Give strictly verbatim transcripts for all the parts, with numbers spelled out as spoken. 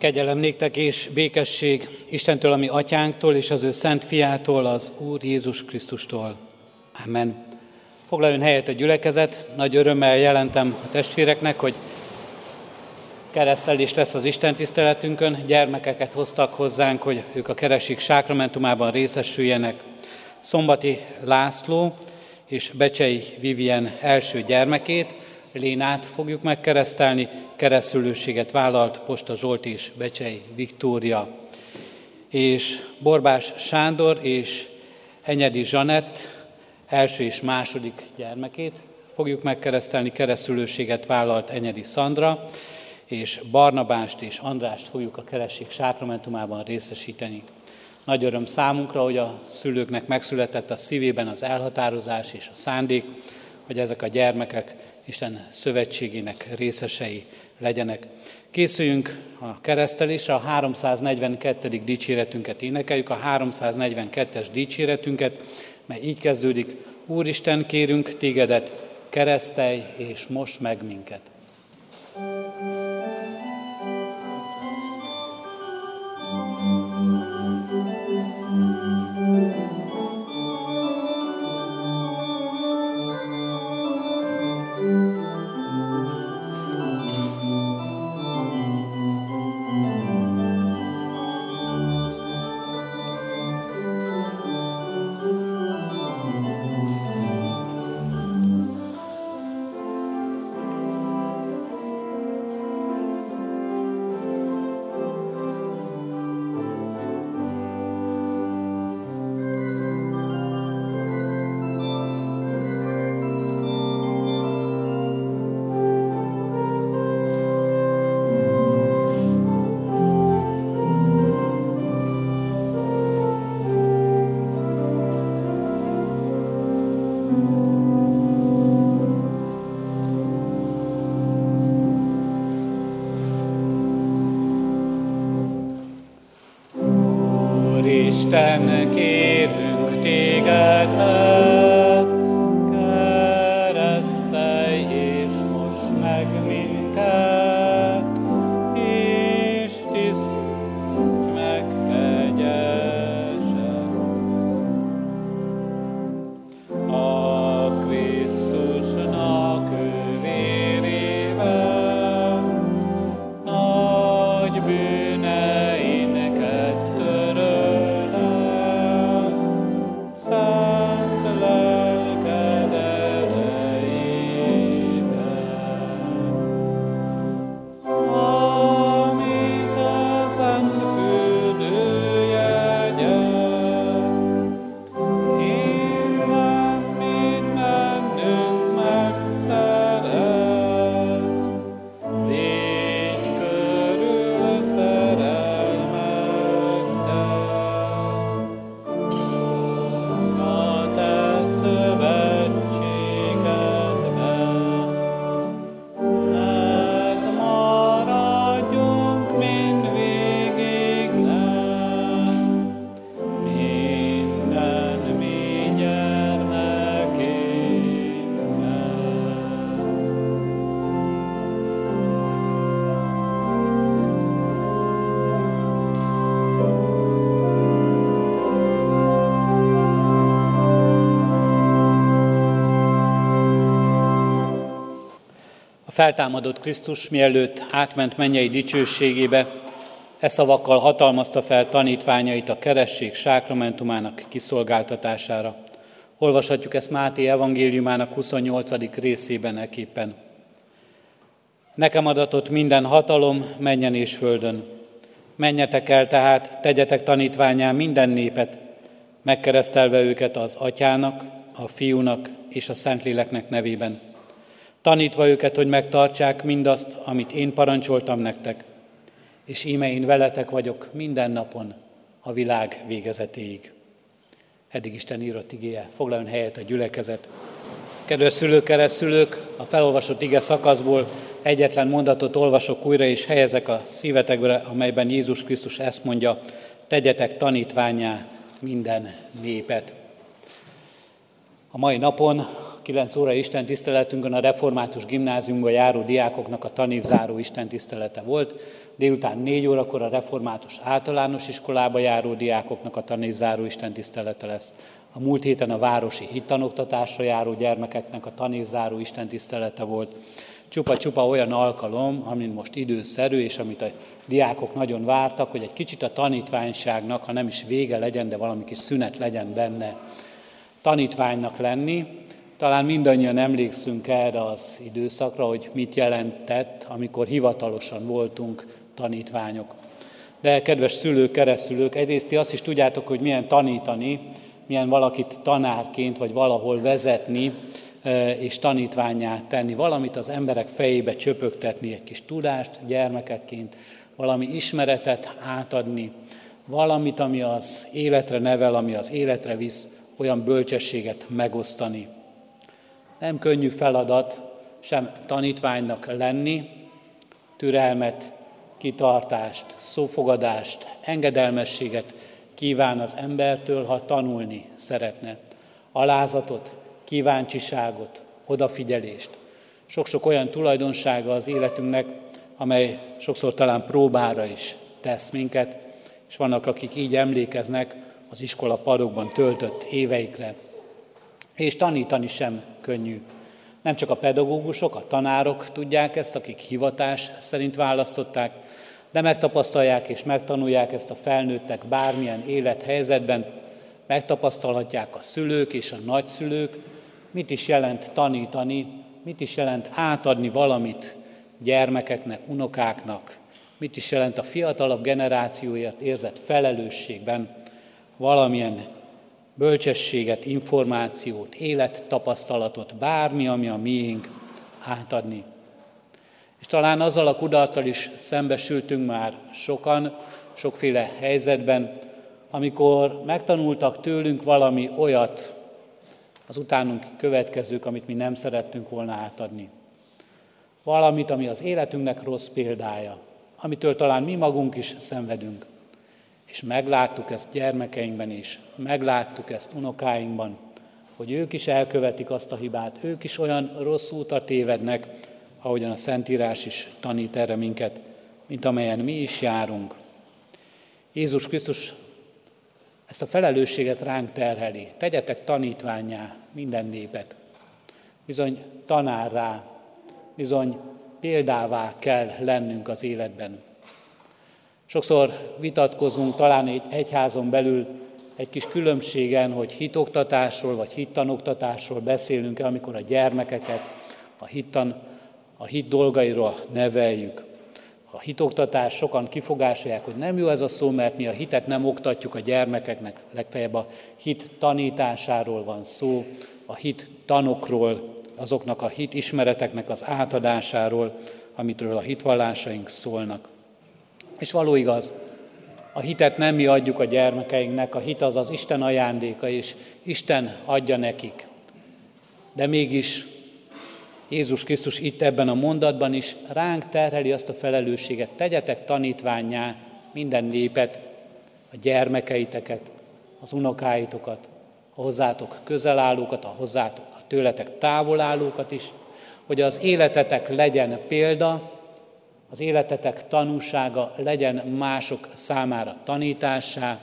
Kegyelem néktek és békesség Istentől, a mi atyánktól, és az ő szent fiától, az Úr Jézus Krisztustól. Amen. Foglaljon helyet a gyülekezet, nagy örömmel jelentem a testvéreknek, hogy keresztelés lesz az Isten tiszteletünkön. Gyermekeket hoztak hozzánk, hogy ők a Keresség sákramentumában részesüljenek. Szombati László és Becsei Vivien első gyermekét, Lénát fogjuk megkeresztelni, keresztülőséget vállalt Posta Zsolt és Becsei Viktória. És Borbás Sándor és Enyedi Zsanett első és második gyermekét fogjuk megkeresztelni, keresztülőséget vállalt Enyedi Szandra, és Barnabást és Andrást fogjuk a Keresség sákramentumában részesíteni. Nagy öröm számunkra, hogy a szülőknek megszületett a szívében az elhatározás és a szándék, hogy ezek a gyermekek Isten szövetségének részesei legyenek. Készüljünk a keresztelésre, a háromszáznegyvenkettedik dicséretünket énekeljük, a háromszáznegyvenkettes dicséretünket, mely így kezdődik: Úristen, kérünk tégedet, keresztelj és mosd meg minket. Isten, kérünk tégedet, keresztelj és mosd meg minket, és tisztíts meg kegyesen. A Krisztusnak ő vérével nagy bűneinket töröl. Szent lelked erejével, amit a szent fürdő jegyez, innen mindennünk megszerez. Légy körül szerelmeddel, megmaradjunk mindvégig lent, minden mi gyermekénkben. A feltámadott Krisztus, mielőtt átment mennyei dicsőségébe, e szavakkal hatalmazta fel tanítványait a Keresség sákramentumának kiszolgáltatására. Olvashatjuk ezt Máté evangéliumának huszonnyolcadik részében eképpen. Nekem adatott minden hatalom mennyen és földön. Menjetek el tehát, tegyetek tanítvánnyá minden népet, megkeresztelve őket az Atyának, a Fiúnak és a Szentléleknek nevében, tanítva őket, hogy megtartsák mindazt, amit én parancsoltam nektek, és íme én veletek vagyok minden napon a világ végezetéig. Eddig Isten írott igéje, foglaljon helyet a gyülekezet. Kedves szülők, keresztszülők, a felolvasott ige szakaszból egyetlen mondatot olvasok újra, és helyezek a szívetekbe, amelyben Jézus Krisztus ezt mondja: tegyetek tanítvánnyá minden népet. A mai napon, kilenc óra istentiszteletünkön a Református Gimnáziumban járó diákoknak a tanévzáró istentisztelete volt. Délután négy órakor a református általános iskolába járó diákoknak a tanévzáró istentisztelete lesz. A múlt héten a városi hittanoktatásra járó gyermekeknek a tanévzáró istentisztelete volt. Csupa-csupa olyan alkalom, amin most időszerű, és amit a diákok nagyon vártak, hogy egy kicsit a tanítványságnak, ha nem is vége legyen, de valami kis szünet legyen benne. Tanítványnak lenni, talán mindannyian emlékszünk erre az időszakra, hogy mit jelentett, amikor hivatalosan voltunk tanítványok. De kedves szülők, keresztszülők, egyrészt ti azt is tudjátok, hogy milyen tanítani, milyen valakit tanárként vagy valahol vezetni, és tanítvánnyá tenni, valamit az emberek fejébe csöpögtetni, egy kis tudást gyermekekként, valami ismeretet átadni, valamit, ami az életre nevel, ami az életre visz, olyan bölcsességet megosztani. Nem könnyű feladat sem tanítványnak lenni, türelmet, kitartást, szófogadást, engedelmességet kíván az embertől, ha tanulni szeretne. Alázatot, kíváncsiságot, odafigyelést. Sok-sok olyan tulajdonsága az életünknek, amely sokszor talán próbára is tesz minket, és vannak, akik így emlékeznek az iskola padokban töltött éveikre. És tanítani sem könnyű. Nem csak a pedagógusok, a tanárok tudják ezt, akik hivatás szerint választották, de megtapasztalják és megtanulják ezt a felnőttek bármilyen élethelyzetben, megtapasztalhatják a szülők és a nagyszülők, mit is jelent tanítani, mit is jelent átadni valamit gyermekeknek, unokáknak, mit is jelent a fiatalabb generációért érzett felelősségben valamilyen bölcsességet, információt, élettapasztalatot, bármi, ami a miénk, átadni. És talán azzal a kudarccal is szembesültünk már sokan, sokféle helyzetben, amikor megtanultak tőlünk valami olyat, az utánunk következők, amit mi nem szerettünk volna átadni. Valamit, ami az életünknek rossz példája, amitől talán mi magunk is szenvedünk. És megláttuk ezt gyermekeinkben is, megláttuk ezt unokáinkban, hogy ők is elkövetik azt a hibát, ők is olyan rossz útra tévednek, ahogyan a Szentírás is tanít erre minket, mint amelyen mi is járunk. Jézus Krisztus ezt a felelősséget ránk terheli. Tegyetek tanítvánnyá minden népet. Bizony tanárrá, bizony példává kell lennünk az életben. Sokszor vitatkozunk talán egy egyházon belül egy kis különbségen, hogy hitoktatásról vagy hittanoktatásról beszélünk-e, amikor a gyermekeket a, hittan, a hit dolgairól neveljük. A hitoktatás sokan kifogásolják, hogy nem jó ez a szó, mert mi a hitet nem oktatjuk a gyermekeknek, legfeljebb a hit tanításáról van szó, a hit tanokról, azoknak a hit ismereteknek az átadásáról, amitől a hitvallásaink szólnak. És való igaz, a hitet nem mi adjuk a gyermekeinknek, a hit az az Isten ajándéka, és Isten adja nekik. De mégis Jézus Krisztus itt ebben a mondatban is ránk terheli azt a felelősséget, tegyetek tanítvánnyá minden népet, a gyermekeiteket, az unokáitokat, a hozzátok közel állókat, a hozzátok, a tőletek távol állókat is, hogy az életetek legyen példa, az életetek tanúsága legyen mások számára tanítássá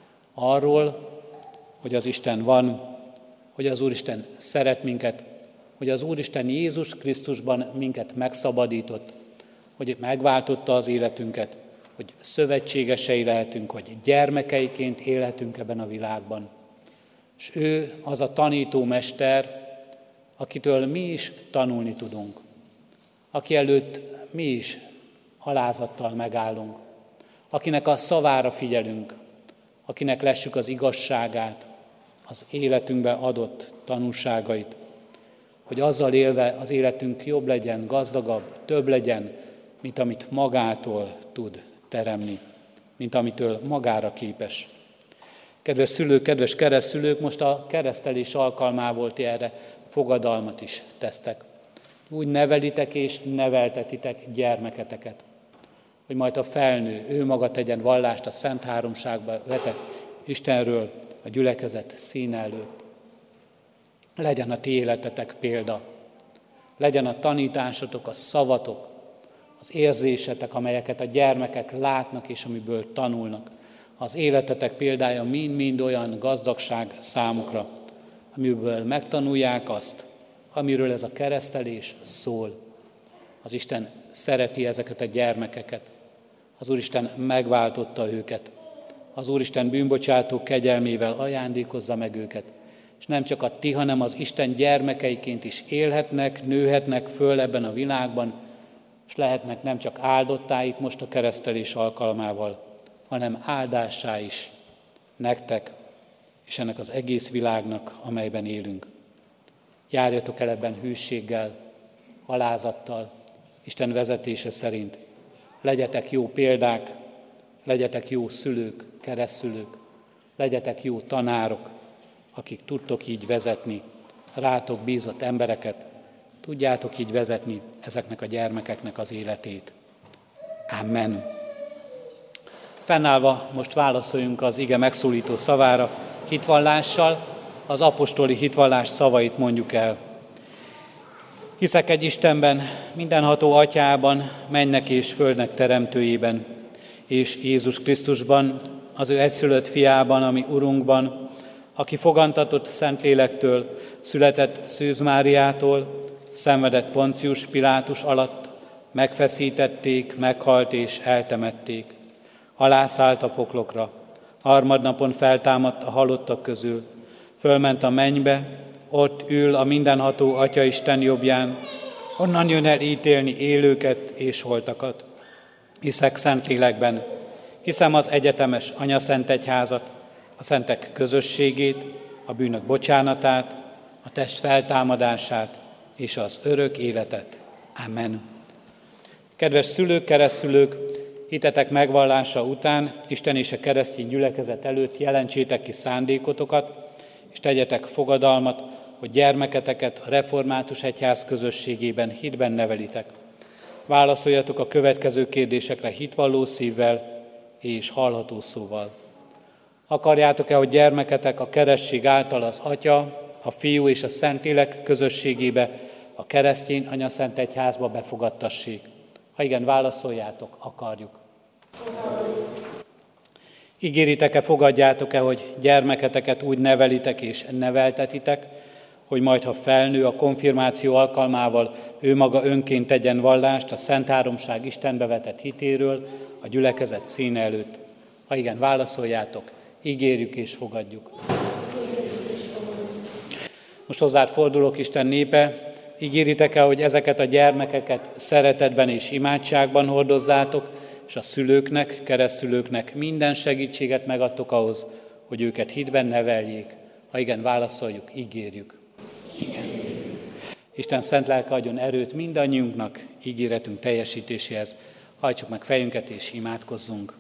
arról, hogy az Isten van, hogy az Úristen szeret minket, hogy az Úristen Jézus Krisztusban minket megszabadított, hogy megváltotta az életünket, hogy szövetségesei lehetünk, hogy gyermekeiként élhetünk ebben a világban. És ő az a tanítómester, akitől mi is tanulni tudunk, aki előtt mi is alázattal megállunk, akinek a szavára figyelünk, akinek lessük az igazságát, az életünkbe adott tanúságait, hogy azzal élve az életünk jobb legyen, gazdagabb, több legyen, mint amit magától tud teremni, mint amitől magára képes. Kedves szülők, kedves keresztszülők, most a keresztelés alkalmával ti erre fogadalmat is tesztek. Úgy nevelitek és neveltetitek gyermeketeket, hogy majd a felnő, ő maga tegyen vallást a Szent Háromságba vetett Istenről a gyülekezet színe előtt. Legyen a ti életetek példa, legyen a tanításotok, a szavatok, az érzésetek, amelyeket a gyermekek látnak és amiből tanulnak. Az életetek példája mind-mind olyan gazdagság számukra, amiből megtanulják azt, amiről ez a keresztelés szól. Az Isten szereti ezeket a gyermekeket. Az Úristen megváltotta őket. Az Úristen bűnbocsátó kegyelmével ajándékozza meg őket. És nem csak a ti, hanem az Isten gyermekeiként is élhetnek, nőhetnek föl ebben a világban, és lehetnek nem csak áldottá itt most a keresztelés alkalmával, hanem áldássá is nektek, és ennek az egész világnak, amelyben élünk. Járjatok el ebben hűséggel, alázattal, Isten vezetése szerint. Legyetek jó példák, legyetek jó szülők, keresztszülők, legyetek jó tanárok, akik tudtok így vezetni rátok bízott embereket, tudjátok így vezetni ezeknek a gyermekeknek az életét. Amen. Fennállva most válaszoljunk az ige megszólító szavára hitvallással, az apostoli hitvallás szavait mondjuk el. Hiszek egy Istenben, mindenható Atyában, mennek és földnek teremtőjében, és Jézus Krisztusban, az ő egyszülött fiában, ami Urunkban, aki fogantatott Szentlélektől, született Szűz Máriától, szenvedett Poncius Pilátus alatt, megfeszítették, meghalt és eltemették. Alászállt a poklokra, harmadnapon feltámadt a halottak közül, fölment a mennybe, ott ül a mindenható Atya Isten jobbján, onnan jön el ítélni élőket és holtakat. Hiszek Szentlélekben, hiszem az egyetemes anyaszentegyházat, a szentek közösségét, a bűnök bocsánatát, a test feltámadását és az örök életet. Amen. Kedves szülők, keresztszülők, hitetek megvallása után Isten és a keresztény gyülekezet előtt jelentsétek ki szándékotokat, és tegyetek fogadalmat, hogy gyermeketeket a református egyház közösségében hitben nevelitek. Válaszoljatok a következő kérdésekre hitvalló szívvel és hallható szóval. Akarjátok-e, hogy gyermeketek a keresztség által az Atya, a Fiú és a Szentlélek közösségébe, a keresztény anyaszentegyházba befogadtassék? Ha igen, válaszoljátok, akarjuk. Ígéritek-e, fogadjátok-e, hogy gyermeketeket úgy nevelitek és neveltetitek, hogy majd, ha felnő, a konfirmáció alkalmával ő maga önként tegyen vallást a Szent Háromság Istenbe vetett hitéről a gyülekezet színe előtt? Ha igen, válaszoljátok, ígérjük és fogadjuk. Most hozzád fordulok, Isten népe, ígéritek-e, hogy ezeket a gyermekeket szeretetben és imádságban hordozzátok, és a szülőknek, keresztszülőknek minden segítséget megadtok ahhoz, hogy őket hitben neveljék? Ha igen, válaszoljuk, ígérjük. Igen. Isten szent lelke adjon erőt mindannyiunknak ígéretünk teljesítéséhez. Hajtsuk meg fejünket és imádkozzunk.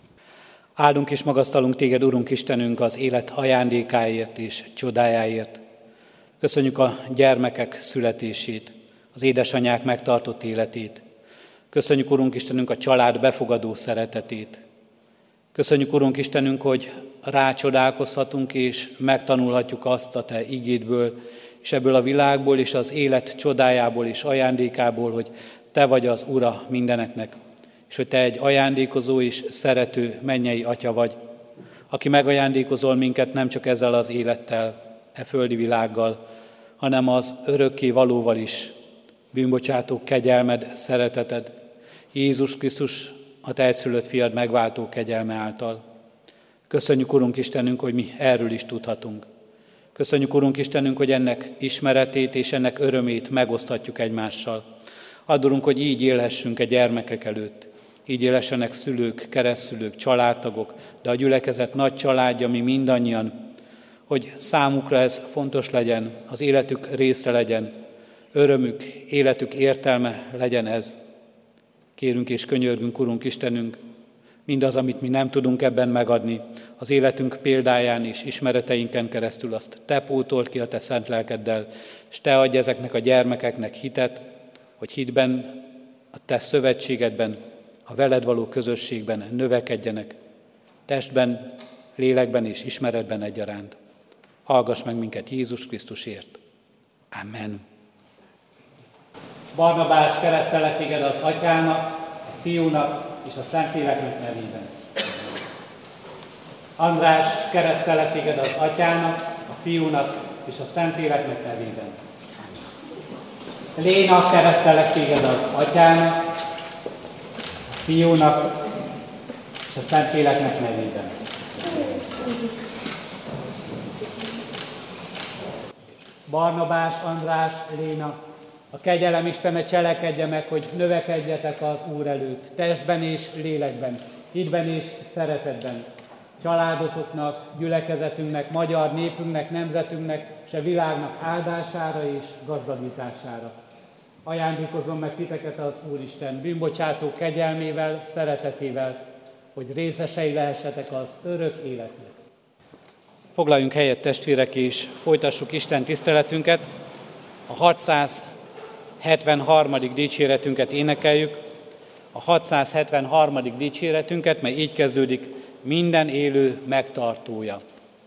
Áldunk és magasztalunk téged, Urunk Istenünk, az élet ajándékáért és csodájáért. Köszönjük a gyermekek születését, az édesanyák megtartott életét. Köszönjük, Urunk Istenünk, a család befogadó szeretetét. Köszönjük, Urunk Istenünk, hogy rácsodálkozhatunk és megtanulhatjuk azt a Te igédből, és ebből a világból és az élet csodájából és ajándékából, hogy Te vagy az Ura mindeneknek, és hogy Te egy ajándékozó és szerető mennyei Atya vagy, aki megajándékozol minket nem csak ezzel az élettel, e földi világgal, hanem az örökké valóval is, bűnbocsátó kegyelmed, szereteted, Jézus Krisztus, a Te egyszülött fiad megváltó kegyelme által. Köszönjük, Urunk Istenünk, hogy mi erről is tudhatunk. Köszönjük, Urunk Istenünk, hogy ennek ismeretét és ennek örömét megoszthatjuk egymással. Add, Urunk, hogy így élhessünk a gyermekek előtt. Így élhessenek szülők, keresztszülők, családtagok, de a gyülekezet nagy családja, mi mindannyian, hogy számukra ez fontos legyen, az életük része legyen, örömük, életük értelme legyen ez. Kérünk és könyörgünk, Urunk Istenünk, mindaz, amit mi nem tudunk ebben megadni, az életünk példáján és ismereteinken keresztül azt Te pótold ki a Te szent lelkeddel, és Te adj ezeknek a gyermekeknek hitet, hogy hitben, a Te szövetségedben, a veled való közösségben növekedjenek, testben, lélekben és ismeretben egyaránt. Hallgass meg minket Jézus Krisztusért. Amen. Barnabás keresztellek téged az Atyának, a Fiúnak és a Szentléleknek nevében. András keresztellek téged az Atyának, a Fiúnak és a Szentléleknek nevében. Léna keresztellek téged az Atyának, a Fiúnak és a Szentléleknek nevében. Barnabás, András, Léna, a kegyelem Istene cselekedje meg, hogy növekedjetek az Úr előtt, testben és lélekben, hitben és szeretetben, családotoknak, gyülekezetünknek, magyar népünknek, nemzetünknek, és a világnak áldására és gazdagítására. Ajándékozom meg titeket az Úristen bűnbocsátó kegyelmével, szeretetével, hogy részesei lehessetek az örök életnek. Foglaljunk helyet, testvérek, és folytassuk Isten tiszteletünket. A hatszázhetvenharmadik dicséretünket énekeljük. A hatszázhetvenharmadik dicséretünket, mely így kezdődik: minden élő megtartója.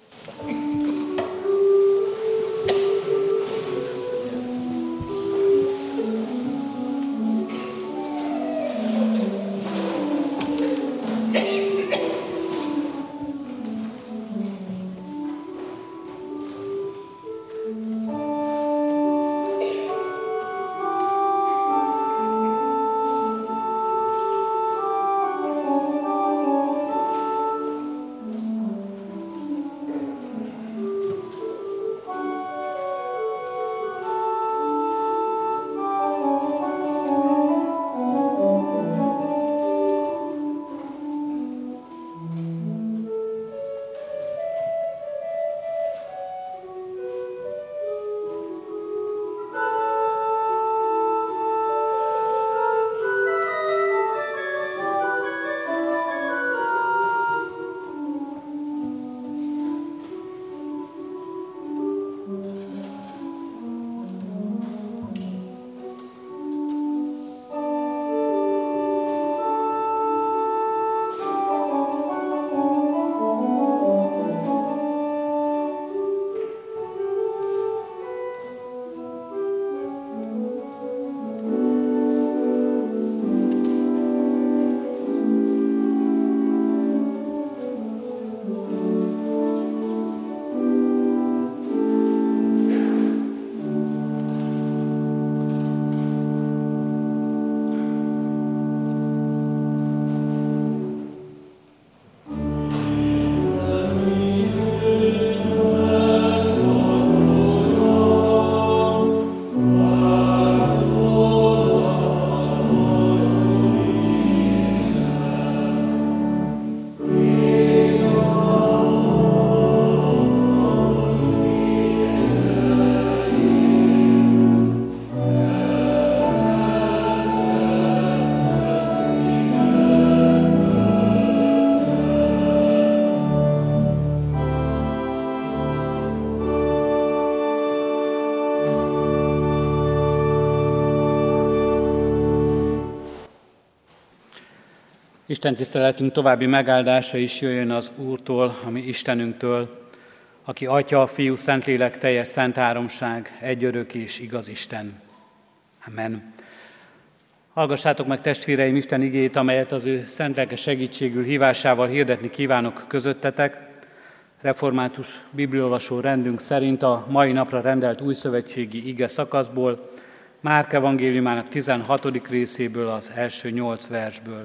Isten tiszteletünk további megáldása is jöjjön az Úrtól, a mi Istenünktől, aki Atya, Fiú, Szentlélek, teljes szent háromság, egy örök és igaz Isten. Amen. Hallgassátok meg, testvéreim, Isten igéjét, amelyet az ő szent lelke segítségül hívásával hirdetni kívánok közöttetek. Református bibliolvasó rendünk szerint a mai napra rendelt újszövetségi ige szakaszból, Márk evangéliumának tizenhatodik részéből, az első nyolc versből.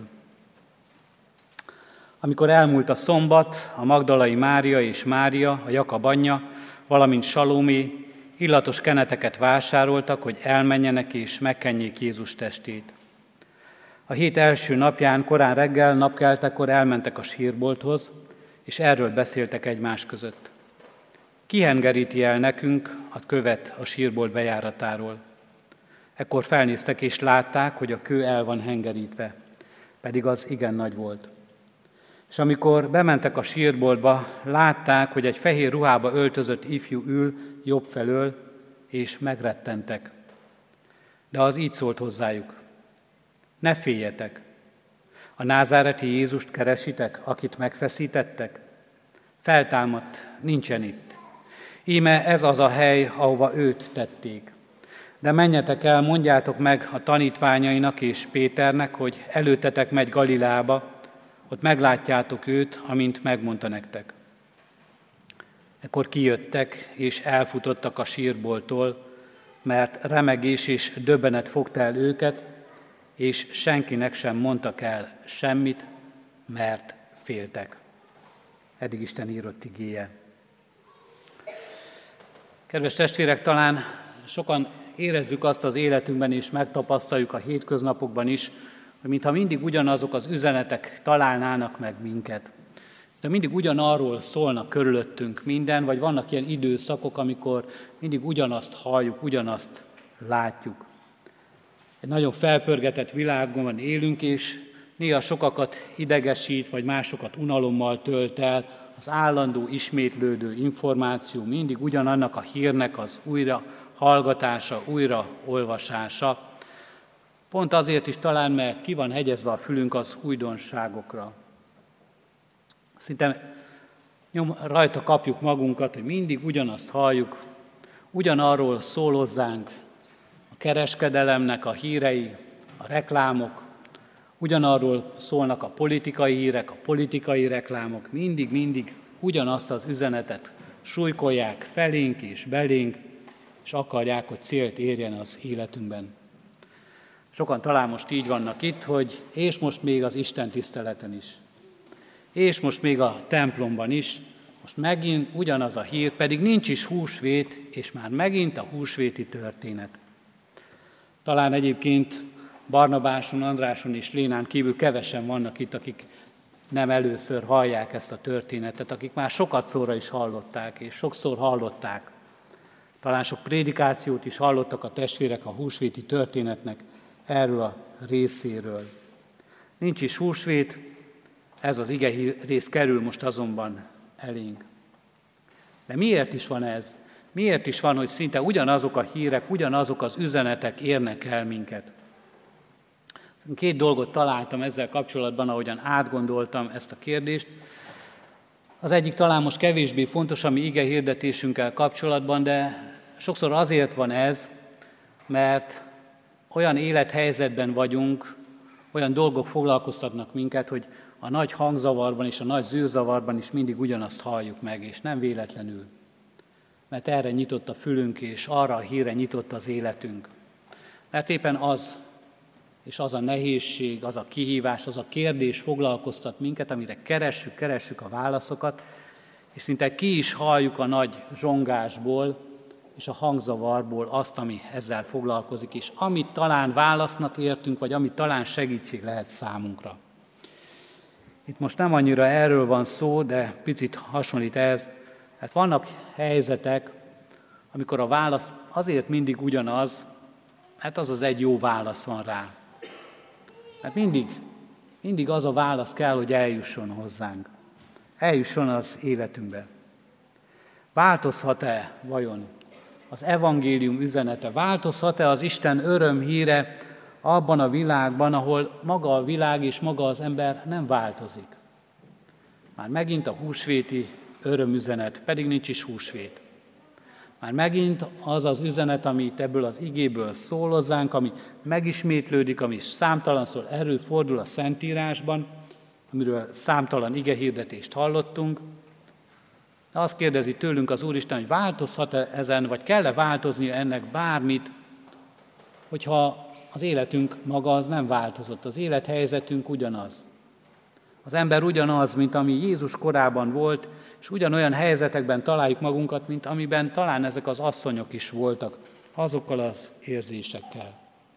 Amikor elmúlt a szombat, a magdalai Mária és Mária, a Jakab anyja, valamint Salómé illatos keneteket vásároltak, hogy elmenjenek és megkenjék Jézus testét. A hét első napján, korán reggel, napkeltekor elmentek a sírbolthoz, és erről beszéltek egymás között. Ki hengeríti el nekünk a követ a sírbolt bejáratáról? Ekkor felnéztek és látták, hogy a kő el van hengerítve, pedig az igen nagy volt. És amikor bementek a sírboltba, látták, hogy egy fehér ruhába öltözött ifjú ül jobb felől, és megrettentek. De az így szólt hozzájuk: ne féljetek! A názáreti Jézust keresitek, akit megfeszítettek? Feltámadt, nincsen itt. Íme ez az a hely, ahova őt tették. De menjetek el, mondjátok meg a tanítványainak és Péternek, hogy előttetek megy Galileába, ott meglátjátok őt, amint megmondta nektek. Ekkor kijöttek, és elfutottak a sírboltól, mert remegés és döbbenet fogta el őket, és senkinek sem mondtak el semmit, mert féltek. Eddig Isten írott igéje. Kedves testvérek, talán sokan érezzük azt az életünkben, és megtapasztaljuk a hétköznapokban is, hogy mintha mindig ugyanazok az üzenetek találnának meg minket. Mintha mindig ugyanarról szólnak körülöttünk minden, vagy vannak ilyen időszakok, amikor mindig ugyanazt halljuk, ugyanazt látjuk. Egy nagyon felpörgetett világban élünk, és néha sokakat idegesít, vagy másokat unalommal tölt el az állandó, ismétlődő információ, mindig ugyanannak a hírnek az újra hallgatása, újra olvasása. Pont azért is talán, mert ki van hegyezve a fülünk az újdonságokra. Szinte nyom, rajta kapjuk magunkat, hogy mindig ugyanazt halljuk, ugyanarról szól hozzánk a kereskedelemnek a hírei, a reklámok, ugyanarról szólnak a politikai hírek, a politikai reklámok, mindig-mindig ugyanazt az üzenetet súlykolják felénk és belénk, és akarják, hogy célt érjen az életünkben. Sokan talán most így vannak itt, hogy és most még az Isten tiszteleten is, és most még a templomban is, most megint ugyanaz a hír, pedig nincs is húsvét, és már megint a húsvéti történet. Talán egyébként Barnabáson, Andráson és Lénán kívül kevesen vannak itt, akik nem először hallják ezt a történetet, akik már sokat szóra is hallották, és sokszor hallották. Talán sok prédikációt is hallottak a testvérek a húsvéti történetnek erről a részéről. Nincs is húsvét, ez az ige rész kerül most azonban elénk. De miért is van ez? Miért is van, hogy szinte ugyanazok a hírek, ugyanazok az üzenetek érnek el minket? Két dolgot találtam ezzel kapcsolatban, ahogyan átgondoltam ezt a kérdést. Az egyik talán most kevésbé fontos, ami ige hirdetésünkkel kapcsolatban, de sokszor azért van ez, mert olyan élethelyzetben vagyunk, olyan dolgok foglalkoztatnak minket, hogy a nagy hangzavarban és a nagy zűrzavarban is mindig ugyanazt halljuk meg, és nem véletlenül. Mert erre nyitott a fülünk, és arra a hírre nyitott az életünk. Mert éppen az, és az a nehézség, az a kihívás, az a kérdés foglalkoztat minket, amire keressük, keressük a válaszokat, és szinte ki is halljuk a nagy zsongásból és a hangzavarból azt, ami ezzel foglalkozik, és amit talán válasznak értünk, vagy amit talán segítség lehet számunkra. Itt most nem annyira erről van szó, de picit hasonlít ez. Hát vannak helyzetek, amikor a válasz azért mindig ugyanaz, hát az az egy jó válasz van rá. Hát mindig, mindig az a válasz kell, hogy eljusson hozzánk. Eljusson az életünkbe. Változhat-e vajon az evangélium üzenete? Változhat-e az Isten örömhíre abban a világban, ahol maga a világ és maga az ember nem változik? Már megint a húsvéti örömüzenet, pedig nincs is húsvét. Már megint az az üzenet, ami itt ebből az igéből szól hozzánk, ami megismétlődik, ami számtalanszor előfordul a Szentírásban, amiről számtalan igehirdetést hallottunk. De azt kérdezi tőlünk az Úristen, hogy változhat-e ezen, vagy kell-e változnia ennek bármit, hogyha az életünk maga az nem változott, az élethelyzetünk ugyanaz. Az ember ugyanaz, mint ami Jézus korában volt, és ugyanolyan helyzetekben találjuk magunkat, mint amiben talán ezek az asszonyok is voltak, azokkal az érzésekkel.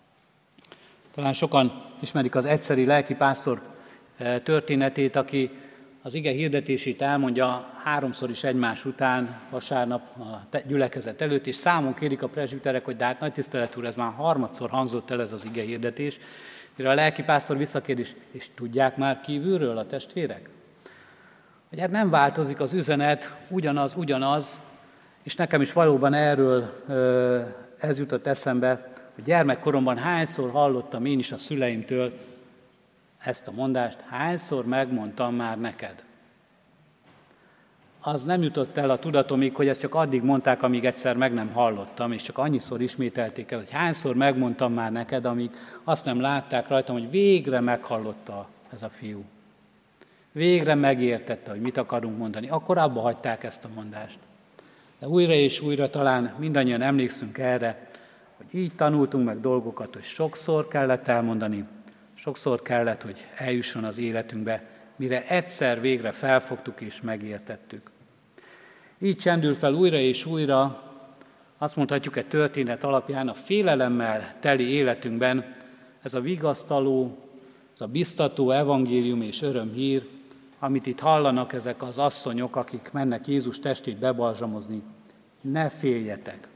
Talán sokan ismerik az egyszeri lelkipásztor történetét, aki az ige hirdetését elmondja háromszor is egymás után, vasárnap a gyülekezet előtt, és számon kérik a presbiterek, hogy de hát nagy tisztelet úr, ez már harmadszor hangzott el ez az ige hirdetés, mire a lelkipásztor visszakérdés, és tudják már kívülről a testvérek? Hogy hát nem változik az üzenet, ugyanaz, ugyanaz, és nekem is valóban erről ez jutott eszembe, hogy gyermekkoromban hányszor hallottam én is a szüleimtől ezt a mondást, hányszor megmondtam már neked. az nem jutott el a tudatomig, hogy ezt csak addig mondták, amíg egyszer meg nem hallottam, és csak annyiszor ismételték el, hogy hányszor megmondtam már neked, amíg azt nem látták rajtam, hogy végre meghallotta ez a fiú. Végre megértette, hogy mit akarunk mondani. Akkor abba hagyták ezt a mondást. De újra és újra talán mindannyian emlékszünk erre, hogy így tanultunk meg dolgokat, hogy sokszor kellett elmondani, sokszor kellett, hogy eljusson az életünkbe, mire egyszer végre felfogtuk és megértettük. Így csendül fel újra és újra, azt mondhatjuk egy történet alapján, a félelemmel teli életünkben ez a vigasztaló, ez a biztató evangélium és örömhír, amit itt hallanak ezek az asszonyok, akik mennek Jézus testét bebalzsamozni. Ne féljetek!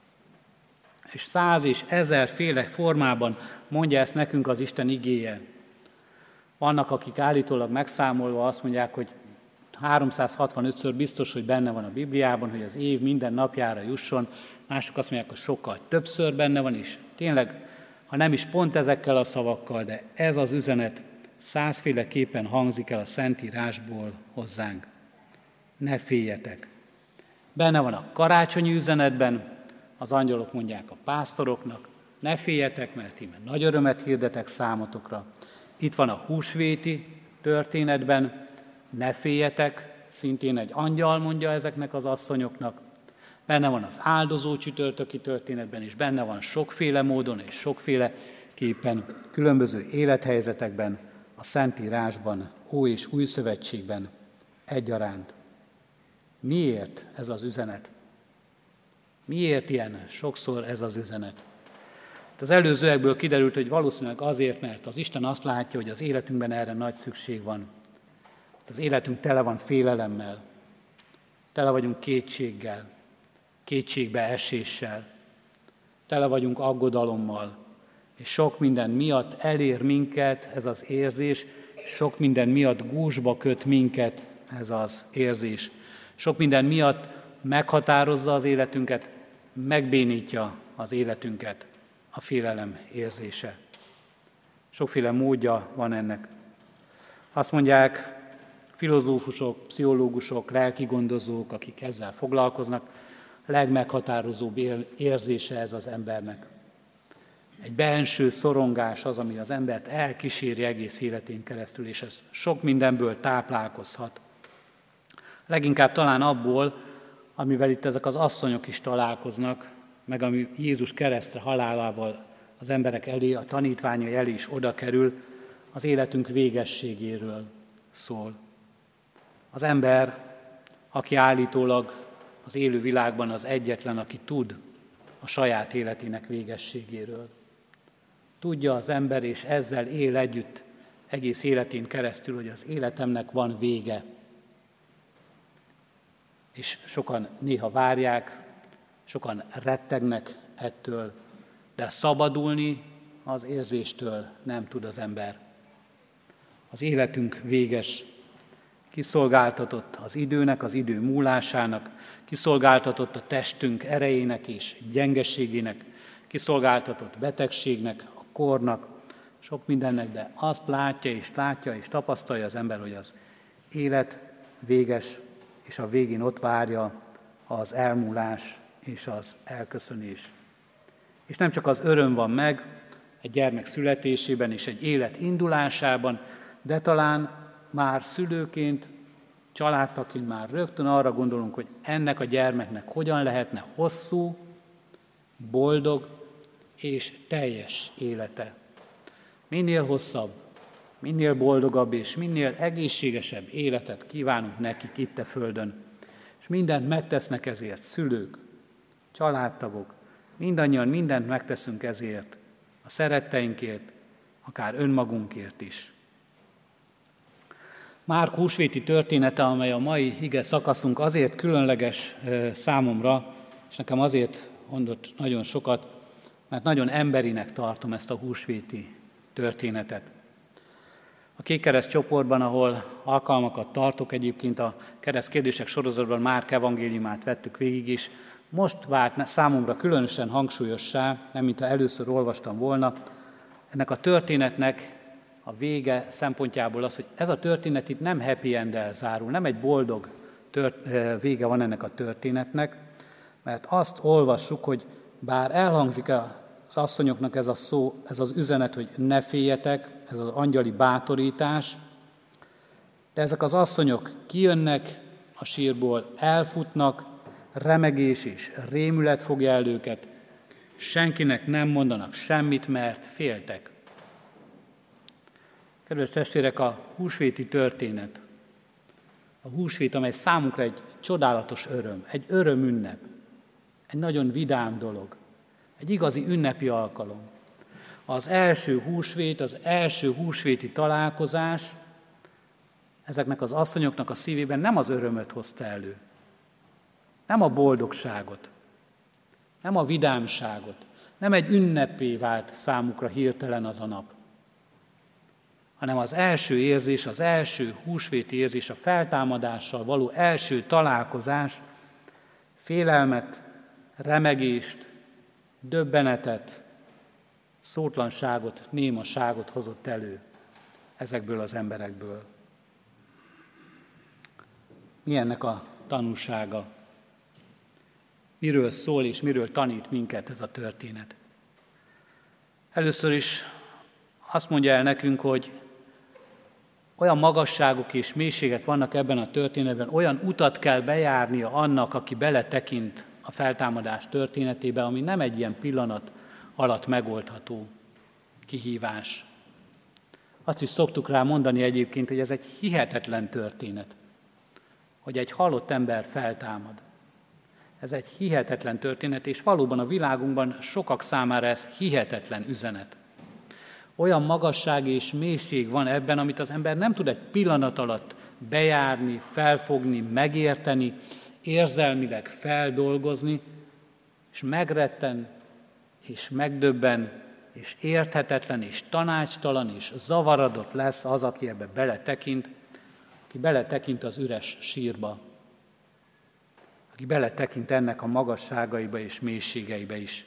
És száz és ezerféle formában mondja ezt nekünk az Isten igéje. Vannak, akik állítólag megszámolva azt mondják, hogy háromszázhatvanötször biztos, hogy benne van a Bibliában, hogy az év minden napjára jusson. Mások azt mondják, hogy sokkal többször benne van is. Tényleg, ha nem is pont ezekkel a szavakkal, de ez az üzenet százféleképpen hangzik el a Szentírásból hozzánk. Ne féljetek! Benne van a karácsonyi üzenetben, az angyalok mondják a pásztoroknak, ne féljetek, mert íme nagy örömet hirdetek számotokra. Itt van a húsvéti történetben, ne féljetek, szintén egy angyal mondja ezeknek az asszonyoknak. Benne van az áldozó csütörtöki történetben, és benne van sokféle módon és sokféle képen, különböző élethelyzetekben, a Szentírásban, Ó és Új Szövetségben egyaránt. Miért ez az üzenet? Miért ilyen sokszor ez az üzenet? Az előzőekből kiderült, hogy valószínűleg azért, mert az Isten azt látja, hogy az életünkben erre nagy szükség van. Az életünk tele van félelemmel, tele vagyunk kétséggel, kétségbe eséssel, tele vagyunk aggodalommal, és sok minden miatt elér minket ez az érzés, sok minden miatt gúzsba köt minket ez az érzés. Sok minden miatt meghatározza az életünket, megbénítja az életünket a félelem érzése. Sokféle módja van ennek. Azt mondják filozófusok, pszichológusok, lelkigondozók, akik ezzel foglalkoznak, legmeghatározóbb érzése ez az embernek. Egy belső szorongás az, ami az embert elkíséri egész életén keresztül, és ez sok mindenből táplálkozhat. Leginkább talán abból, amivel itt ezek az asszonyok is találkoznak, meg ami Jézus keresztre halálával az emberek elé, a tanítványai elé is oda kerül, az életünk végességéről szól. Az ember, aki állítólag az élő világban az egyetlen, aki tud a saját életének végességéről. Tudja az ember, és ezzel él együtt egész életén keresztül, hogy az életemnek van vége. És sokan néha várják, sokan rettegnek ettől, de szabadulni az érzéstől nem tud az ember. Az életünk véges, kiszolgáltatott az időnek, az idő múlásának, kiszolgáltatott a testünk erejének és gyengeségének, kiszolgáltatott betegségnek, a kornak, sok mindennek, de azt látja és látja és tapasztalja az ember, hogy az élet véges, és a végén ott várja az elmúlás és az elköszönés. És nem csak az öröm van meg egy gyermek születésében és egy élet indulásában, de talán már szülőként, családtaként már rögtön arra gondolunk, hogy ennek a gyermeknek hogyan lehetne hosszú, boldog és teljes élete. Minél hosszabb, minél boldogabb és minél egészségesebb életet kívánunk nekik itt a földön. És mindent megtesznek ezért szülők, családtagok, mindannyian mindent megteszünk ezért, a szeretteinkért, akár önmagunkért is. Márk húsvéti története, amely a mai ige szakaszunk, azért különleges számomra, és nekem azért mondott nagyon sokat, mert nagyon emberinek tartom ezt a húsvéti történetet. A Kékkereszt csoportban, ahol alkalmakat tartok, egyébként a kereszt kérdések sorozatban Márk evangéliumát vettük végig is, most vált számomra különösen hangsúlyossá, nem mintha először olvastam volna, ennek a történetnek a vége szempontjából az, hogy ez a történet itt nem happy end-el zárul, nem egy boldog tört, vége van ennek a történetnek, mert azt olvassuk, hogy bár elhangzik az asszonyoknak ez a szó, ez az üzenet, hogy ne féljetek, ez az angyali bátorítás, de ezek az asszonyok kijönnek a sírból, elfutnak, remegés és rémület fogja el őket, senkinek nem mondanak semmit, mert féltek. Kedves testvérek, a húsvéti történet, a húsvét, amely számunkra egy csodálatos öröm, egy örömünnep, egy nagyon vidám dolog, egy igazi ünnepi alkalom. Az első húsvét, az első húsvéti találkozás ezeknek az asszonyoknak a szívében nem az örömöt hozta elő, nem a boldogságot, nem a vidámságot, nem egy ünnepé vált számukra hirtelen az a nap, hanem az első érzés, az első húsvéti érzés, a feltámadással való első találkozás félelmet, remegést, döbbenetet, szótlanságot, némaságot hozott elő ezekből az emberekből. Mi ennek a tanulsága? Miről szól és miről tanít minket ez a történet? Először is azt mondja el nekünk, hogy olyan magasságok és mélységek vannak ebben a történetben, olyan utat kell bejárnia annak, aki beletekint a feltámadás történetébe, ami nem egy ilyen pillanat alatt megoldható kihívás. Azt is szoktuk rá mondani egyébként, hogy ez egy hihetetlen történet, hogy egy halott ember feltámad. Ez egy hihetetlen történet, és valóban a világunkban sokak számára ez hihetetlen üzenet. Olyan magasság és mélység van ebben, amit az ember nem tud egy pillanat alatt bejárni, felfogni, megérteni, érzelmileg feldolgozni, és megretten, és megdöbben, és érthetetlen, és tanácstalan, és zavaradott lesz az, aki ebbe beletekint, aki beletekint az üres sírba, aki beletekint ennek a magasságaiba és mélységeibe is.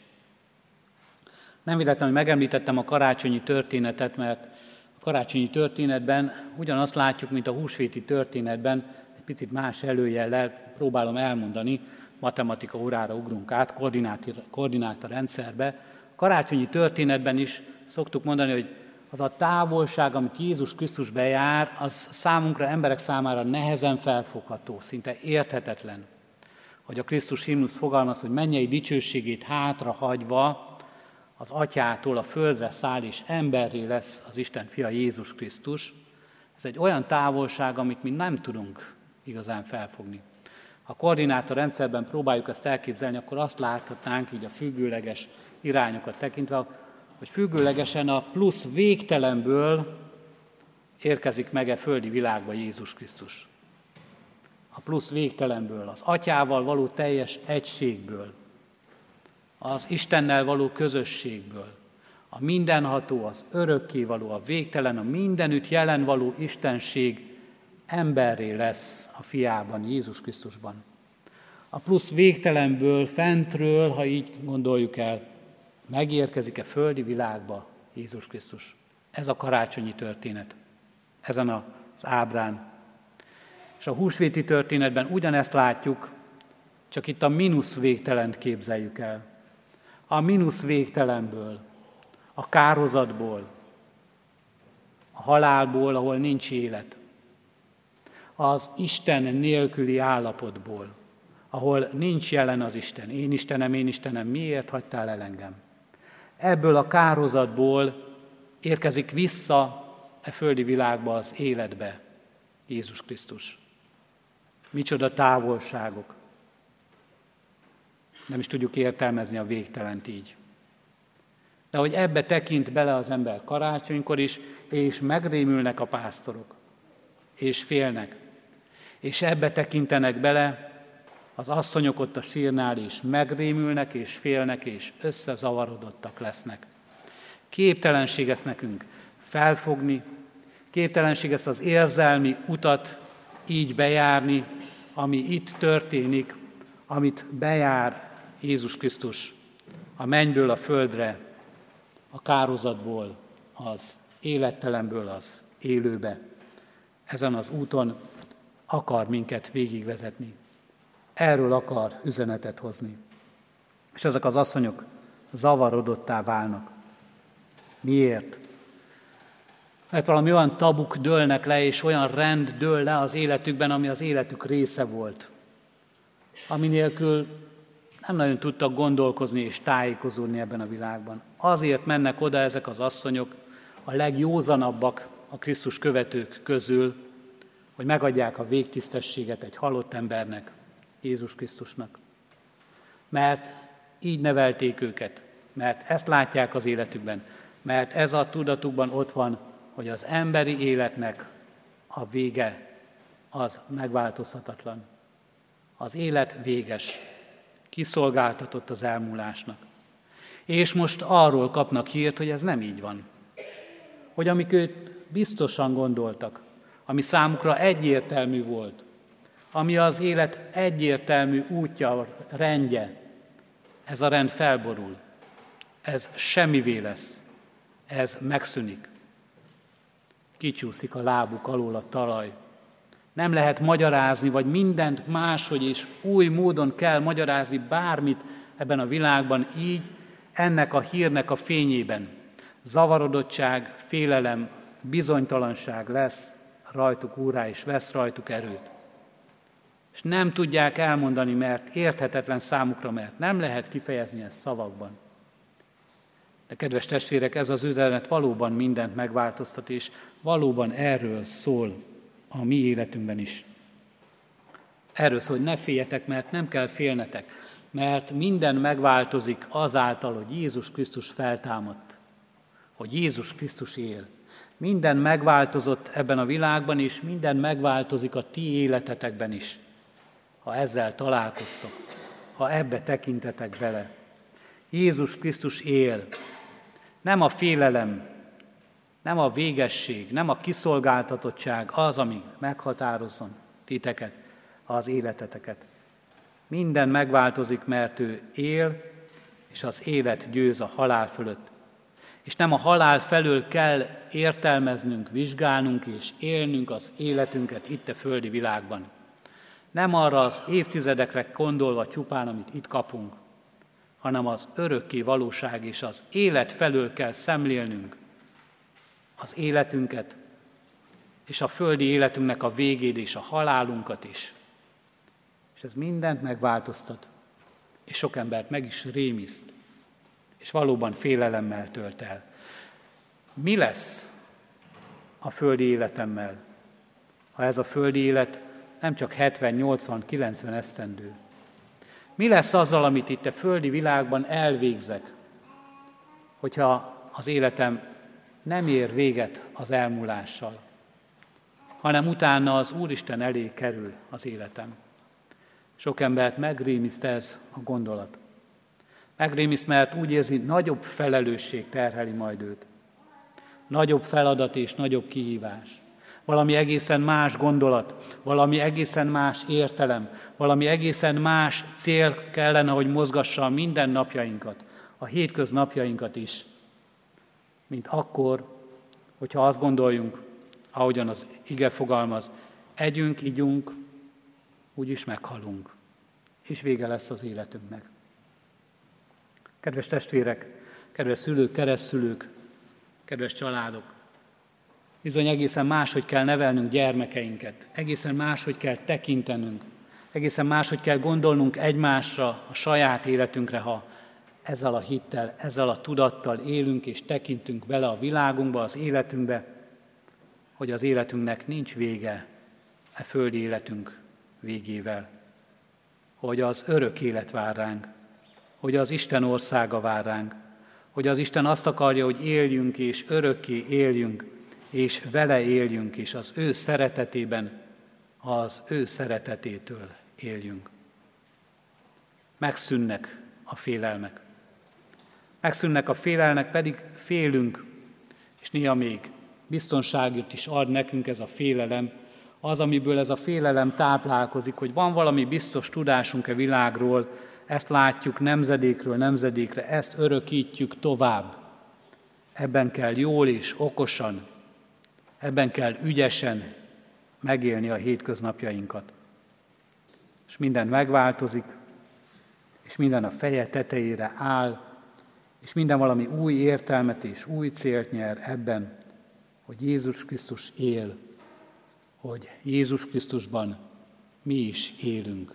Nem véletlenül megemlítettem a karácsonyi történetet, mert a karácsonyi történetben ugyanazt látjuk, mint a húsvéti történetben, egy picit más előjellel próbálom elmondani, matematika órára ugrunk át, koordináta rendszerbe. A karácsonyi történetben is szoktuk mondani, hogy az a távolság, amit Jézus Krisztus bejár, az számunkra, emberek számára nehezen felfogható, szinte érthetetlen. Hogy a Krisztus himnusz fogalmaz, hogy mennyei dicsőségét hátra hagyva az atyától a földre száll, és emberré lesz az Isten fia Jézus Krisztus. Ez egy olyan távolság, amit mi nem tudunk igazán felfogni. Ha a koordináta rendszerben próbáljuk ezt elképzelni, akkor azt láthatnánk így a függőleges irányokat tekintve, hogy függőlegesen a plusz végtelenből érkezik meg e földi világba Jézus Krisztus. A plusz végtelenből, az atyával való teljes egységből, az Istennel való közösségből, a mindenható, az örökkévaló, a végtelen, a mindenütt jelen való Istenség emberré lesz a fiában, Jézus Krisztusban. A plusz végtelenből, fentről, ha így gondoljuk el, megérkezik-e földi világba Jézus Krisztus. Ez a karácsonyi történet, ezen az ábrán. És a húsvéti történetben ugyanezt látjuk, csak itt a mínusz végtelent képzeljük el. A mínusz végtelenből, a kárhozatból, a halálból, ahol nincs élet, az Isten nélküli állapotból, ahol nincs jelen az Isten. Én Istenem, én Istenem, miért hagytál el engem? Ebből a kárhozatból érkezik vissza e földi világba, az életbe Jézus Krisztus. Micsoda távolságok. Nem is tudjuk értelmezni a végtelent így. De hogy ebbe tekint bele az ember karácsonykor is, és megrémülnek a pásztorok, és félnek. És ebbe tekintenek bele az asszonyok ott a sírnál is, megrémülnek, és félnek, és összezavarodottak lesznek. Képtelenség ezt nekünk felfogni, képtelenség ezt az érzelmi utat így bejárni, ami itt történik, amit bejár Jézus Krisztus a mennyből a földre, a kárhozatból az élettelenből az élőbe. Ezen az úton akar minket végigvezetni. Erről akar üzenetet hozni. És ezek az asszonyok zavarodottá válnak. Miért? Mert valami olyan tabuk dőlnek le, és olyan rend dől le az életükben, ami az életük része volt. Ami nélkül nem nagyon tudtak gondolkozni és tájékozódni ebben a világban. Azért mennek oda ezek az asszonyok, a legjózanabbak a Krisztus követők közül, hogy megadják a végtisztességet egy halott embernek, Jézus Krisztusnak. Mert így nevelték őket, mert ezt látják az életükben, mert ez a tudatukban ott van, hogy az emberi életnek a vége az megváltozhatatlan. Az élet véges, kiszolgáltatott az elmúlásnak. És most arról kapnak hírt, hogy ez nem így van. Hogy amik őt biztosan gondoltak, ami számukra egyértelmű volt, ami az élet egyértelmű útja, rendje, ez a rend felborul, ez semmivé lesz, ez megszűnik. Kicsúszik a lábuk alól a talaj. Nem lehet magyarázni, vagy mindent máshogy és új módon kell magyarázni bármit ebben a világban, így ennek a hírnek a fényében. Zavarodottság, félelem, bizonytalanság lesz rajtuk úrrá, és vesz rajtuk erőt. És nem tudják elmondani, mert érthetetlen számukra, mert nem lehet kifejezni ezt szavakban. De kedves testvérek, ez az üzenet valóban mindent megváltoztat, és valóban erről szól a mi életünkben is. Erről szól, hogy ne féljetek, mert nem kell félnetek, mert minden megváltozik azáltal, hogy Jézus Krisztus feltámadt, hogy Jézus Krisztus él. Minden megváltozott ebben a világban, és minden megváltozik a ti életetekben is, ha ezzel találkoztok, ha ebbe tekintetek bele. Jézus Krisztus él. Nem a félelem, nem a végesség, nem a kiszolgáltatottság az, ami meghatározzon titeket, az életeteket. Minden megváltozik, mert ő él, és az élet győz a halál fölött. És nem a halál felől kell értelmeznünk, vizsgálnunk és élnünk az életünket itt a földi világban. Nem arra az évtizedekre gondolva csupán, amit itt kapunk, hanem az örökké valóság és az élet felől kell szemlélnünk az életünket, és a földi életünknek a végét és a halálunkat is. És ez mindent megváltoztat, és sok embert meg is rémiszt, és valóban félelemmel tölt el. Mi lesz a földi életemmel, ha ez a földi élet nem csak hetven, nyolcvan, kilencven esztendő? Mi lesz azzal, amit itt a földi világban elvégzek, hogyha az életem nem ér véget az elmúlással, hanem utána az Úristen elé kerül az életem? Sok embert megrémiszt ez a gondolat. Megrémiszt, mert úgy érzi, nagyobb felelősség terheli majd őt. Nagyobb feladat és nagyobb kihívás. Valami egészen más gondolat, valami egészen más értelem, valami egészen más cél kellene, hogy mozgassa a mindennapjainkat, a hétköznapjainkat is, mint akkor, hogyha azt gondoljunk, ahogyan az ige fogalmaz, együnk, igyunk, úgyis meghalunk, és vége lesz az életünknek. Kedves testvérek, kedves szülők, keresztszülők, kedves családok, bizony egészen máshogy kell nevelnünk gyermekeinket, egészen máshogy kell tekintenünk, egészen máshogy kell gondolnunk egymásra, a saját életünkre, ha ezzel a hittel, ezzel a tudattal élünk és tekintünk bele a világunkba, az életünkbe, hogy az életünknek nincs vége e földi életünk végével, hogy az örök élet vár ránk, hogy az Isten országa vár ránk, hogy az Isten azt akarja, hogy éljünk és örökké éljünk, és vele éljünk, és az ő szeretetében, az ő szeretetétől éljünk. Megszűnnek a félelmek. Megszűnnek a félelmek, pedig félünk, és néha még biztonságot is ad nekünk ez a félelem, az, amiből ez a félelem táplálkozik, hogy van valami biztos tudásunk a világról, ezt látjuk nemzedékről nemzedékre, ezt örökítjük tovább. Ebben kell jól és okosan, ebben kell ügyesen megélni a hétköznapjainkat. És minden megváltozik, és minden a feje tetejére áll, és minden valami új értelmet és új célt nyer ebben, hogy Jézus Krisztus él, hogy Jézus Krisztusban mi is élünk.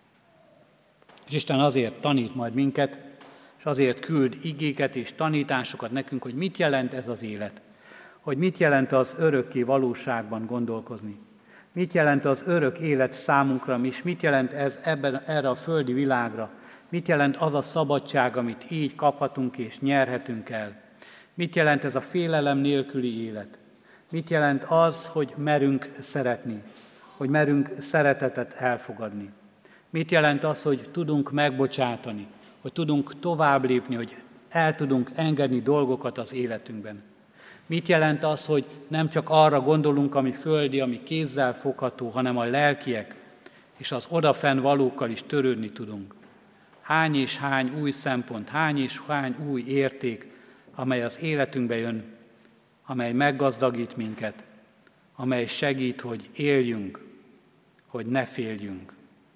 És Isten azért tanít majd minket, és azért küld igéket és tanításokat nekünk, hogy mit jelent ez az élet, hogy mit jelent az örökké valóságban gondolkozni, mit jelent az örök élet számunkra, és mit jelent ez ebben, erre a földi világra, mit jelent az a szabadság, amit így kaphatunk és nyerhetünk el, mit jelent ez a félelem nélküli élet, mit jelent az, hogy merünk szeretni, hogy merünk szeretetet elfogadni, mit jelent az, hogy tudunk megbocsátani, hogy tudunk tovább lépni, hogy el tudunk engedni dolgokat az életünkben. Mit jelent az, hogy nem csak arra gondolunk, ami földi, ami kézzel fogható, hanem a lelkiek és az odafenn valókkal is törődni tudunk. Hány és hány új szempont, hány és hány új érték, amely az életünkbe jön, amely meggazdagít minket, amely segít, hogy éljünk, hogy ne féljünk.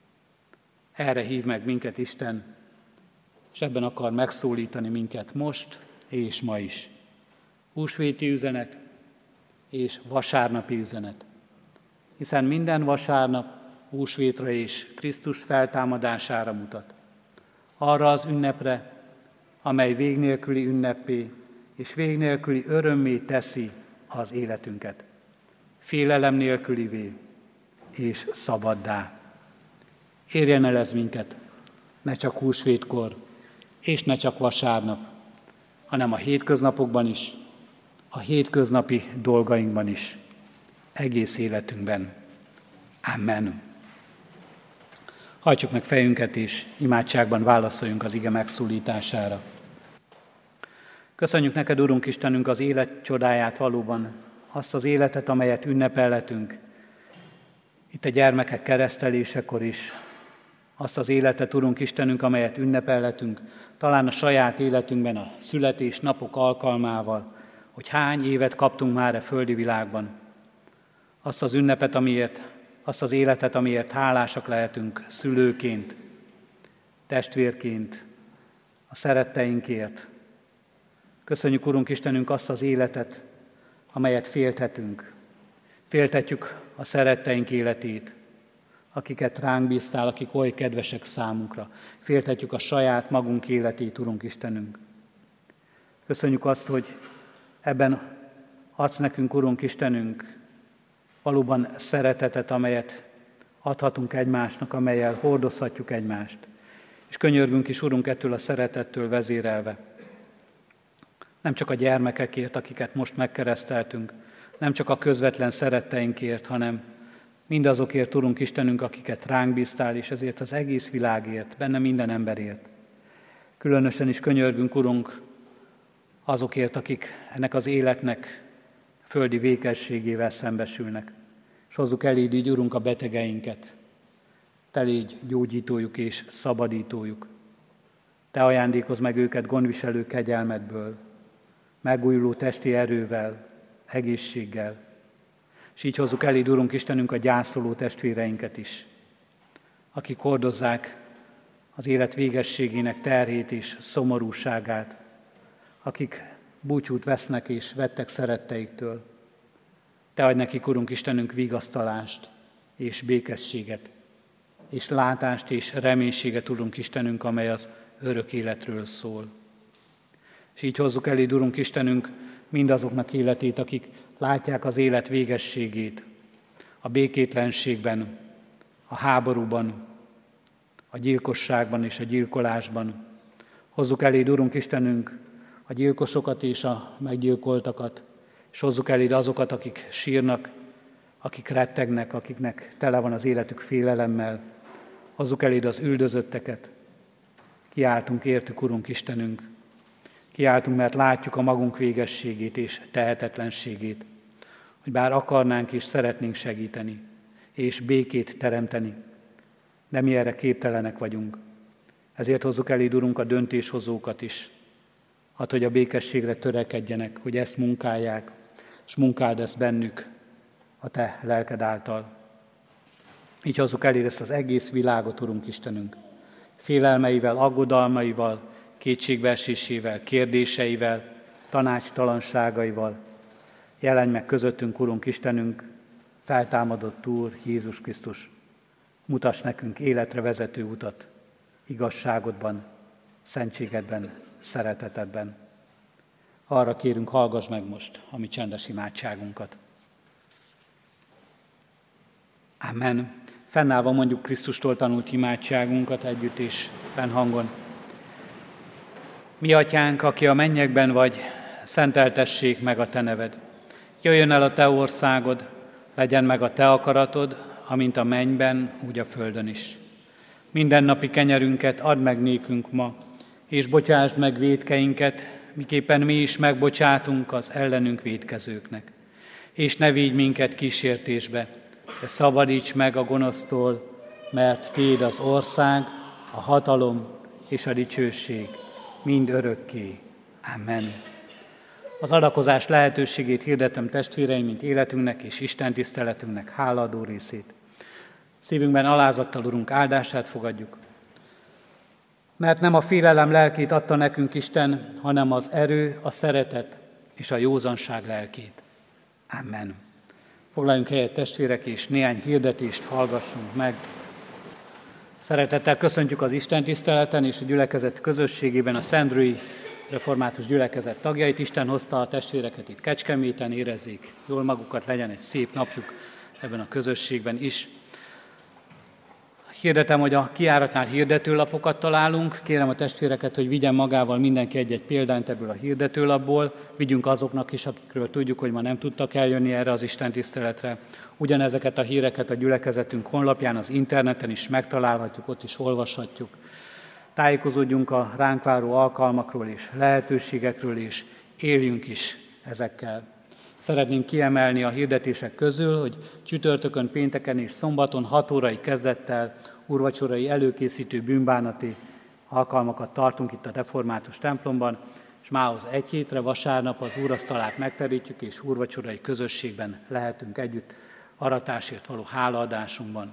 Erre hív meg minket Isten, és ebben akar megszólítani minket most és ma is. Húsvéti üzenet és vasárnapi üzenet. Hiszen minden vasárnap húsvétra és Krisztus feltámadására mutat. Arra az ünnepre, amely vég nélküli ünnepé és vég nélküli örömmé teszi az életünket. Félelem nélkülivé és szabaddá. Érjen el ez minket, ne csak húsvétkor, és ne csak vasárnap, hanem a hétköznapokban is, a hétköznapi dolgainkban is, egész életünkben. Amen. Hajtsuk meg fejünket, és imádságban válaszoljunk az ige megszólítására. Köszönjük neked, Urunk Istenünk, az élet csodáját valóban, azt az életet, amelyet ünnepelhetünk. Itt a gyermekek keresztelésekor is, azt az életet, Urunk Istenünk, amelyet ünnepelhetünk, talán a saját életünkben a születésnapok alkalmával, hogy hány évet kaptunk már a földi világban. Azt az ünnepet, amiért, azt az életet, amiért hálásak lehetünk szülőként, testvérként, a szeretteinkért. Köszönjük, Urunk Istenünk, azt az életet, amelyet félthetünk. Félthetjük a szeretteink életét, akiket ránk bíztál, akik oly kedvesek számunkra. Félthetjük a saját magunk életét, Urunk Istenünk. Köszönjük azt, hogy ebben adsz nekünk, Urunk Istenünk, valóban szeretetet, amelyet adhatunk egymásnak, amellyel hordozhatjuk egymást. És könyörgünk is, Urunk, ettől a szeretettől vezérelve. Nem csak a gyermekekért, akiket most megkereszteltünk, nem csak a közvetlen szeretteinkért, hanem mindazokért, Urunk Istenünk, akiket ránk bíztál, és ezért az egész világért, benne minden emberért. Különösen is könyörgünk, Urunk, azokért, akik ennek az életnek földi végességével szembesülnek. És hozzuk eléd így, Urunk, a betegeinket. Te légy gyógyítójuk és szabadítójuk. Te ajándékozz meg őket gondviselő kegyelmedből, megújuló testi erővel, egészséggel. És így hozzuk eléd, Urunk Istenünk, a gyászoló testvéreinket is, akik hordozzák az élet végességének terhét és szomorúságát, akik búcsút vesznek és vettek szeretteiktől. Te adj nekik, Urunk Istenünk, vigasztalást és békességet, és látást és reménységet, Urunk Istenünk, amely az örök életről szól. És így hozzuk eléd, Urunk Istenünk, mindazoknak életét, akik látják az élet végességét, a békétlenségben, a háborúban, a gyilkosságban és a gyilkolásban. Hozzuk eléd, Urunk Istenünk, a gyilkosokat és a meggyilkoltakat, és hozzuk eléd azokat, akik sírnak, akik rettegnek, akiknek tele van az életük félelemmel. Hozzuk eléd az üldözötteket. Kiáltunk értük, Urunk Istenünk. Kiáltunk, mert látjuk a magunk végességét és tehetetlenségét, hogy bár akarnánk és szeretnénk segíteni, és békét teremteni, de mi erre képtelenek vagyunk. Ezért hozzuk eléd, Urunk, a döntéshozókat is, hát, hogy a békességre törekedjenek, hogy ezt munkálják, és munkáld ezt bennük, a Te lelked által. Így hozzuk elér ezt az egész világot, Urunk Istenünk, félelmeivel, aggodalmaival, kétségbeesésével, kérdéseivel, tanácstalanságaival. Jelenj meg közöttünk, Urunk Istenünk, feltámadott Úr, Jézus Krisztus. Mutass nekünk életre vezető utat, igazságodban, szentségedben, szeretetedben. Arra kérünk, hallgass meg most a mi csendes imádságunkat. Amen. Fennállva mondjuk Krisztustól tanult imádságunkat együtt és fennhangon. Mi atyánk, aki a mennyekben vagy, szenteltessék meg a te neved. Jöjjön el a te országod, legyen meg a te akaratod, amint a mennyben, úgy a földön is. Mindennapi kenyerünket add meg nékünk ma, és bocsásd meg vétkeinket, miképpen mi is megbocsátunk az ellenünk vétkezőknek. És ne vigy minket kísértésbe, de szabadíts meg a gonosztól, mert tiéd az ország, a hatalom és a dicsőség mind örökké. Amen. Az adakozás lehetőségét hirdetem testvéreim, mint életünknek és Isten tiszteletünknek hálaadó részét. Szívünkben alázattal, Urunk, áldását fogadjuk. Mert nem a félelem lelkét adta nekünk Isten, hanem az erő, a szeretet és a józanság lelkét. Amen. Foglaljunk helyet, testvérek, és néhány hirdetést hallgassunk meg. Szeretettel köszöntjük az Isten tiszteleten és a gyülekezet közösségében a Szendrői Református Gyülekezet tagjait. Isten hozta a testvéreket itt Kecskeméten, érezzék jól magukat, legyen egy szép napjuk ebben a közösségben is. Hirdetem, hogy a kijáratnál hirdetőlapokat találunk. Kérem a testvéreket, hogy vigyen magával mindenki egy-egy példányt ebből a hirdetőlapból. Vigyünk azoknak is, akikről tudjuk, hogy ma nem tudtak eljönni erre az Isten tiszteletre. Ugyanezeket a híreket a gyülekezetünk honlapján, az interneten is megtalálhatjuk, ott is olvashatjuk. Tájékozódjunk a ránk váró alkalmakról és lehetőségekről, és éljünk is ezekkel. Szeretném kiemelni a hirdetések közül, hogy csütörtökön, pénteken és szombaton hat órai kezdettel úrvacsorai előkészítő bűnbánati alkalmakat tartunk itt a református templomban, és mához egy hétre vasárnap az úrasztalát megterítjük, és úrvacsorai közösségben lehetünk együtt aratásért való hálaadásunkban.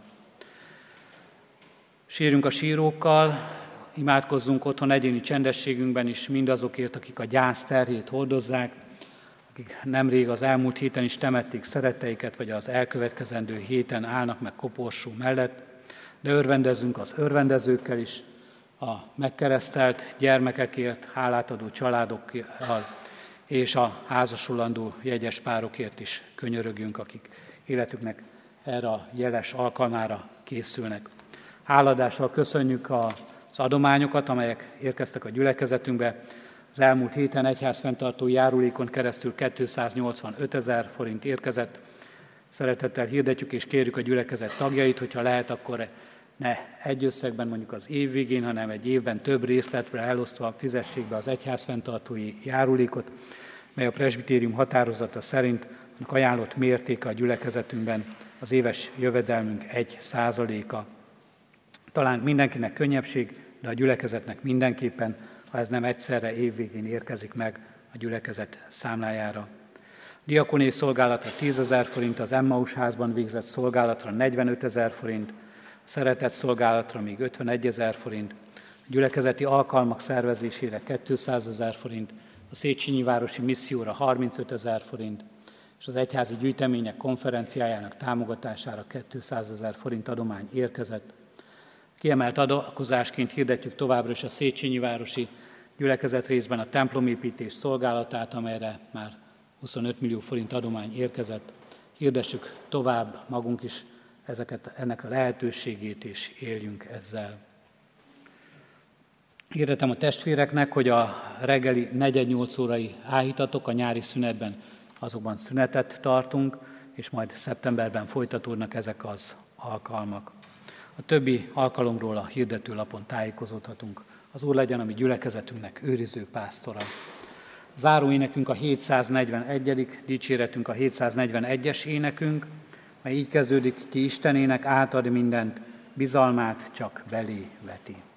Sírjunk a sírókkal, imádkozzunk otthon egyéni csendességünkben is mindazokért, akik a gyász terhét hordozzák, akik nemrég az elmúlt héten is temették szeretteiket, vagy az elkövetkezendő héten állnak meg koporsó mellett, de örvendezzünk az örvendezőkkel is, a megkeresztelt gyermekekért, hálát adó családokkal, és a házasulandó jegyes párokért is könyörögjünk, akik életüknek erre a jeles alkalmára készülnek. Háladással köszönjük az adományokat, amelyek érkeztek a gyülekezetünkbe. Az elmúlt héten egyházfenntartó járulékon keresztül kétszáznyolcvanöt ezer forint érkezett. Szeretettel hirdetjük és kérjük a gyülekezet tagjait, hogyha lehet, akkor ne egy összegben mondjuk az év végén, hanem egy évben több részletre elosztva fizessék be az egyházfenntartói járulékot, mely a presbitérium határozata szerint ajánlott mértéke a gyülekezetünkben az éves jövedelmünk egy százaléka. Talán mindenkinek könnyebbség, de a gyülekezetnek mindenképpen, ha ez nem egyszerre évvégén érkezik meg a gyülekezet számlájára. A diakoné szolgálatra tízezer forint, az Emmaus házban végzett szolgálatra negyvenötezer forint, a szeretett szolgálatra még ötvenegyezer forint, a gyülekezeti alkalmak szervezésére kétszázezer forint, a Széchenyi városi misszióra harmincötezer forint, és az egyházi gyűjtemények konferenciájának támogatására kétszázezer forint adomány érkezett. Kiemelt adakozásként hirdetjük továbbra is a Széchenyi városi gyülekezet részben a templomépítés szolgálatát, amelyre már huszonöt millió forint adomány érkezett. Hirdessük tovább magunk is ezeket, ennek a lehetőségét, és éljünk ezzel. Hirdetem a testvéreknek, hogy a reggeli negyed nyolc órai áhítatok a nyári szünetben, azokban szünetet tartunk, és majd szeptemberben folytatódnak ezek az alkalmak. A többi alkalomról a hirdetőlapon tájékozódhatunk. Az Úr legyen a mi gyülekezetünknek őriző pásztora. Záró énekünk a hétszáznegyvenegyedik, dicséretünk a hétszáznegyvenegyes énekünk, mely így kezdődik: ki Istenének átad mindent, bizalmát csak belé veti.